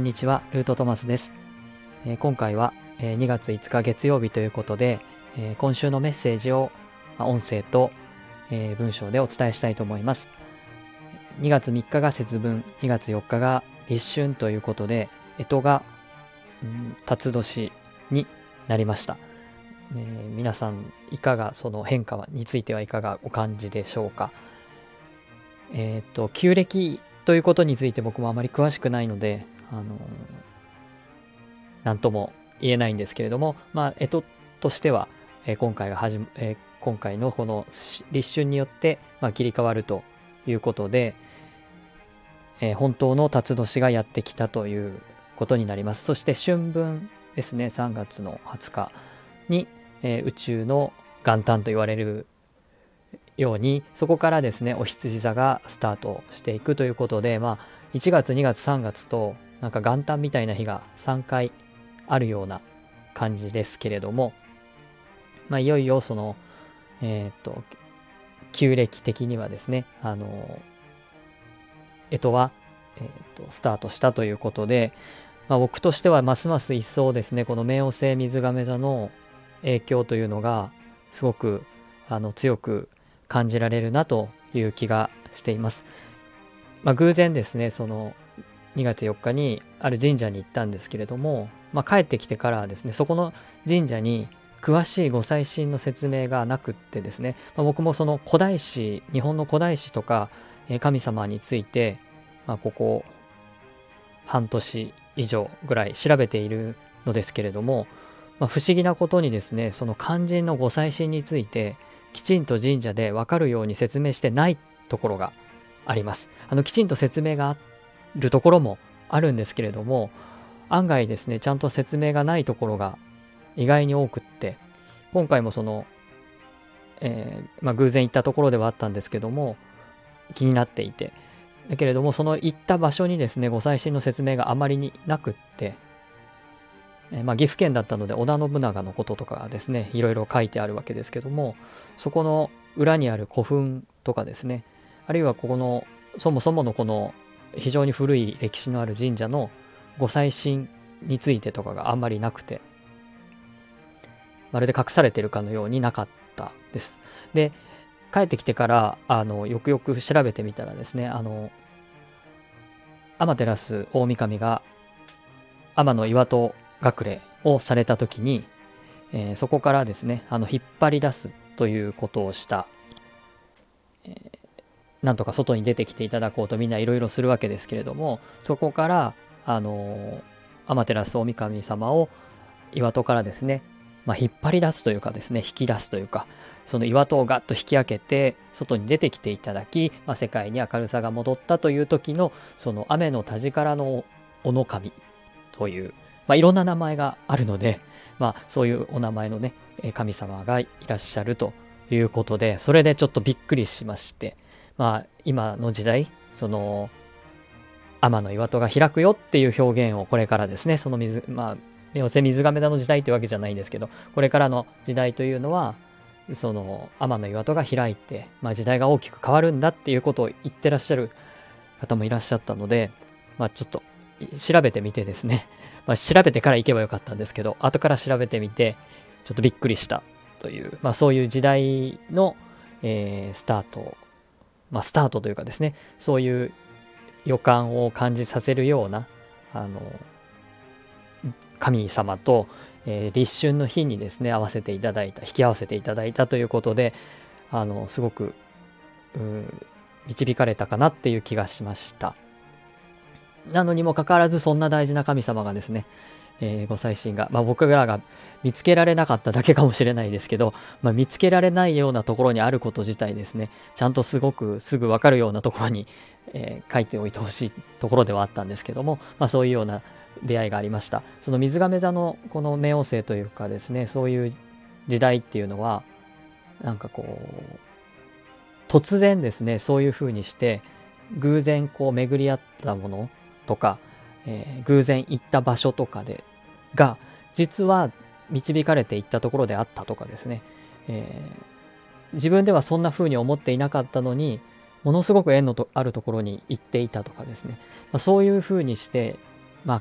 にちは、ルートトマスです。今回は2月5日月曜日ということで、今週のメッセージを音声と文章でお伝えしたいと思います。2月3日が節分、2月4日が立春ということで、干支が辰年になりました。皆さんいかが、その変化についてはいかがお感じでしょうか。旧暦ということについて僕もあまり詳しくないので、何とも言えないんですけれども、干支としては、今回のこの立春によって、切り替わるということで、本当の辰年がやってきたということになります。そして春分ですね、3月の20日に、宇宙の元旦と言われるように、そこからですねお羊座がスタートしていくということで、1月2月3月となんか元旦みたいな日が3回あるような感じですけれども、いよいよその旧暦的にはですね干支は、スタートしたということで、僕としてはますます一層ですね、この冥王星水亀座の影響というのがすごく強く感じられるなという気がしています。偶然ですね、その2月4日にある神社に行ったんですけれども、帰ってきてからですね、そこの神社に詳しいご祭神の説明がなくってですね、僕もその古代史、日本の古代史とか神様について、ここ半年以上ぐらい調べているのですけれども、不思議なことにですね、その肝心のご祭神についてきちんと神社で分かるように説明してないところがあります。きちんと説明があるところもあるんですけれども、案外ですねちゃんと説明がないところが意外に多くって、今回もその、偶然行ったところではあったんですけども、気になっていて、だけれどもその行った場所にですねご祭神の説明があまりになくって、岐阜県だったので織田信長のこととかがですねいろいろ書いてあるわけですけども、そこの裏にある古墳とかですね、あるいはここのそもそものこの非常に古い歴史のある神社のご祭神についてとかがあんまりなくて、まるで隠されてるかのようになかったです。で、帰ってきてからよくよく調べてみたらですね、天照大神が天の岩戸隠れをされた時に、そこからですね引っ張り出すということをした、なんとか外に出てきていただこうとみんないろいろするわけですけれども、そこから天照大神様を岩戸からですね、引っ張り出すというかですね、引き出すというか、その岩戸をガッと引き開けて外に出てきていただき、世界に明るさが戻ったという時のその雨の田力のおの神という、いろんな名前があるので、そういうお名前のね神様がいらっしゃるということで、それでちょっとびっくりしまして、今の時代、その天の岩戸が開くよっていう表現をこれからですね、その冥王星水亀座の時代というわけじゃないんですけど、これからの時代というのはその天の岩戸が開いて、時代が大きく変わるんだっていうことを言ってらっしゃる方もいらっしゃったので、ちょっと調べてみてですね、調べてから行けばよかったんですけど、後から調べてみてちょっとびっくりしたという、そういう時代の、スタートというかですね、そういう予感を感じさせるような神様と、立春の日にですね引き合わせていただいたということで、すごく導かれたかなっていう気がしました。なのにもかかわらず、そんな大事な神様がですね、ご祭神が、僕らが見つけられなかっただけかもしれないですけど、見つけられないようなところにあること自体ですね、ちゃんとすぐ分かるようなところに、書いておいてほしいところではあったんですけども、そういうような出会いがありました。その水亀座のこの冥王星というかですね、そういう時代っていうのはなんかこう突然ですね、そういう風にして偶然巡り合ったものとか、偶然行った場所とかが実は導かれていったところであったとかですね、自分ではそんな風に思っていなかったのにものすごく縁のあるところに行っていたとかですね、そういう風にして、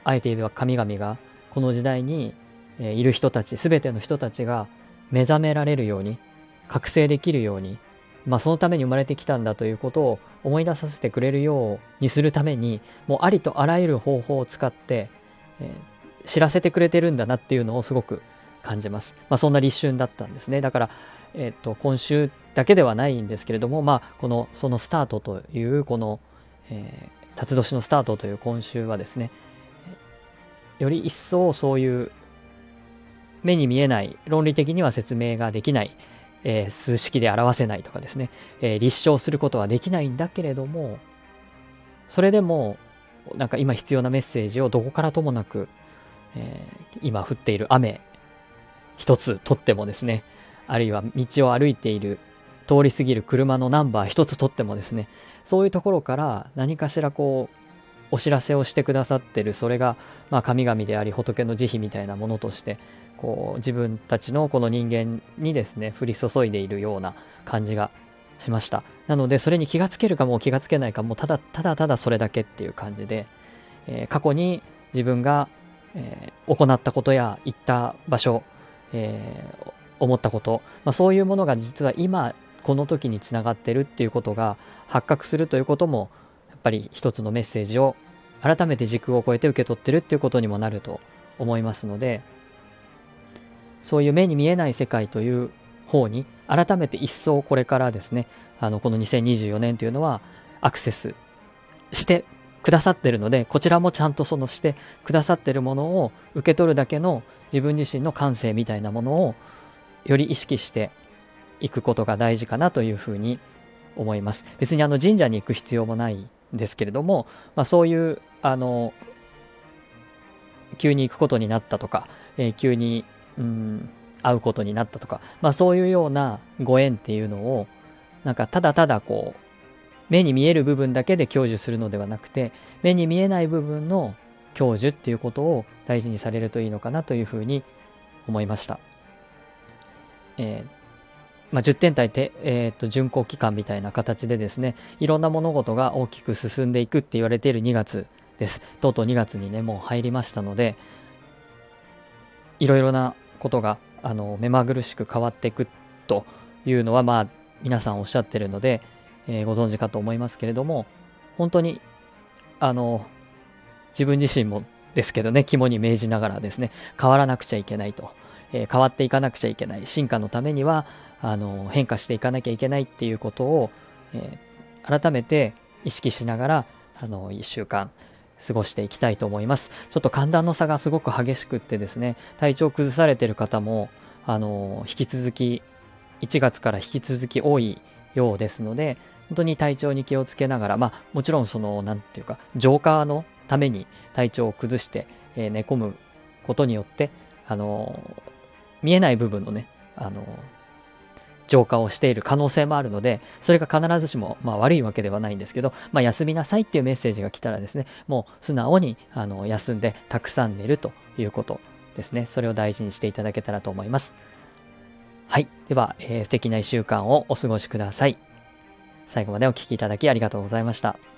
あえて言えば神々がこの時代にいる人たち、すべての人たちが目覚められるように、覚醒できるように、そのために生まれてきたんだということを思い出させてくれるようにするために、もうありとあらゆる方法を使って、知らせてくれてるんだなっていうのをすごく感じます。そんな立春だったんですね。だから、今週だけではないんですけれども、そのスタートという、辰年のスタートという今週はですね、より一層そういう目に見えない、論理的には説明ができない、数式で表せないとかですね、立証することはできないんだけれども、それでもなんか今必要なメッセージをどこからともなく、今降っている雨一つとってもですね、あるいは道を歩いている通り過ぎる車のナンバー一つとってもですね、そういうところから何かしらお知らせをしてくださってる、それが神々であり仏の慈悲みたいなものとして自分たちのこの人間にですね降り注いでいるような感じがしました。なのでそれに気がつけるかも気がつけないかもただそれだけっていう感じで、過去に自分が、行ったことや行った場所、思ったこと、そういうものが実は今この時につながってるっていうことが発覚するということも、やっぱり一つのメッセージを改めて時空を超えて受け取ってるっていうことにもなると思いますので、そういう目に見えない世界という方に改めて一層これからですね、この2024年というのはアクセスしてくださってるので、こちらもちゃんとそのしてくださってるものを受け取るだけの自分自身の感性みたいなものをより意識していくことが大事かなというふうに思います。別に神社に行く必要もないんですけれども、そういう急に行くことになったとか、急に会うことになったとか、そういうようなご縁っていうのをなんかただただ目に見える部分だけで享受するのではなくて、目に見えない部分の享受っていうことを大事にされるといいのかなというふうに思いました。10点体って巡航期間みたいな形でですね、いろんな物事が大きく進んでいくって言われている2月です。とうとう2月にねもう入りましたので、いろいろなことが目まぐるしく変わっていくというのは皆さんおっしゃってるので、ご存知かと思いますけれども、本当に自分自身もですけどね、肝に銘じながらですね、変わらなくちゃいけないと、変わっていかなくちゃいけない、進化のためには変化していかなきゃいけないっていうことを、改めて意識しながら1週間過ごしていきたいと思います。ちょっと寒暖の差がすごく激しくってですね、体調崩されている方も引き続き1月から引き続き多いようですので、本当に体調に気をつけながら、もちろんなんていうか浄化のために体調を崩して、寝込むことによって見えない部分のね浄化をしている可能性もあるので、それが必ずしも悪いわけではないんですけど、休みなさいっていうメッセージが来たらですね、もう素直に休んでたくさん寝るということですね。それを大事にしていただけたらと思います。はい。では、素敵な1週間をお過ごしください。最後までお聞きいただきありがとうございました。